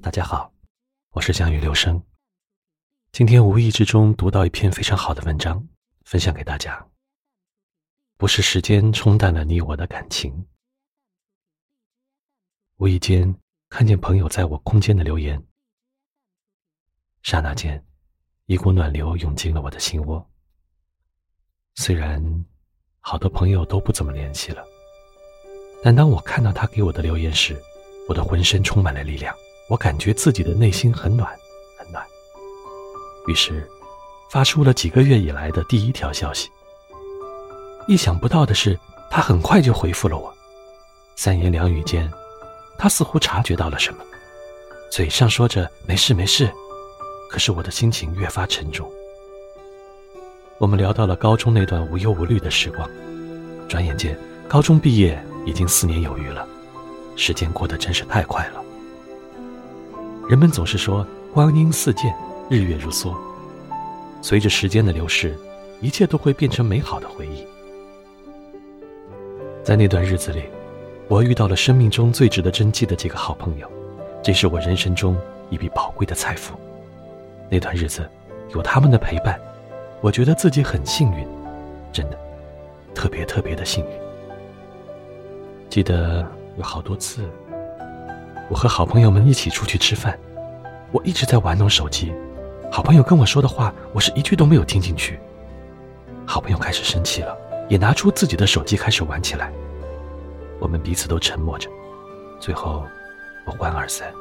大家好，我是江雨流声。今天无意之中读到一篇非常好的文章，分享给大家。不是时间冲淡了你我的感情。无意间看见朋友在我空间的留言，刹那间一股暖流涌进了我的心窝。虽然好多朋友都不怎么联系了，但当我看到他给我的留言时，我的浑身充满了力量，我感觉自己的内心很暖很暖。于是发出了几个月以来的第一条消息。意想不到的是，他很快就回复了我。三言两语间，他似乎察觉到了什么，嘴上说着没事没事，可是我的心情越发沉重。我们聊到了高中那段无忧无虑的时光，转眼间高中毕业已经4年有余了，时间过得真是太快了。人们总是说光阴似箭，日月如梭，随着时间的流逝，一切都会变成美好的回忆。在那段日子里，我遇到了生命中最值得珍惜的几个好朋友，这是我人生中一笔宝贵的财富。那段日子有他们的陪伴，我觉得自己很幸运，真的特别特别的幸运。记得有好多次我和好朋友们一起出去吃饭，我一直在玩弄手机，好朋友跟我说的话我是一句都没有听进去。好朋友开始生气了，也拿出自己的手机开始玩起来，我们彼此都沉默着，最后不欢而散。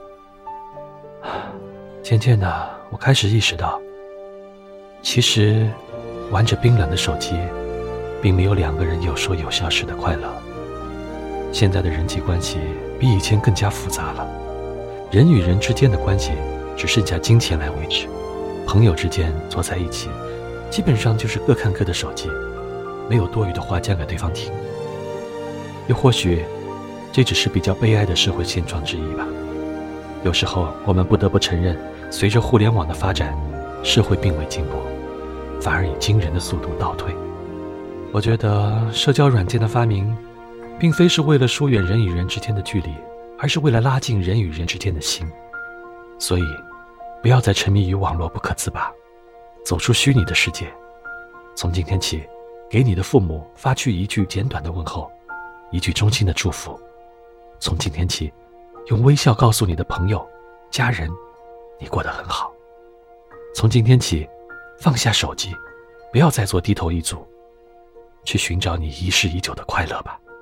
渐渐的，我开始意识到，其实玩着冰冷的手机并没有两个人有说有笑时的快乐。现在的人际关系比以前更加复杂了，人与人之间的关系只剩下金钱来维持，朋友之间坐在一起基本上就是各看各的手机，没有多余的话讲给对方听。又或许这只是比较悲哀的社会现状之一吧。有时候我们不得不承认，随着互联网的发展，社会并未进步，反而以惊人的速度倒退。我觉得社交软件的发明并非是为了疏远人与人之间的距离，而是为了拉近人与人之间的心。所以不要再沉迷于网络不可自拔，走出虚拟的世界。从今天起，给你的父母发去一句简短的问候，一句衷心的祝福。从今天起，用微笑告诉你的朋友家人，你过得很好。从今天起，放下手机，不要再做低头一族，去寻找你遗世已久的快乐吧。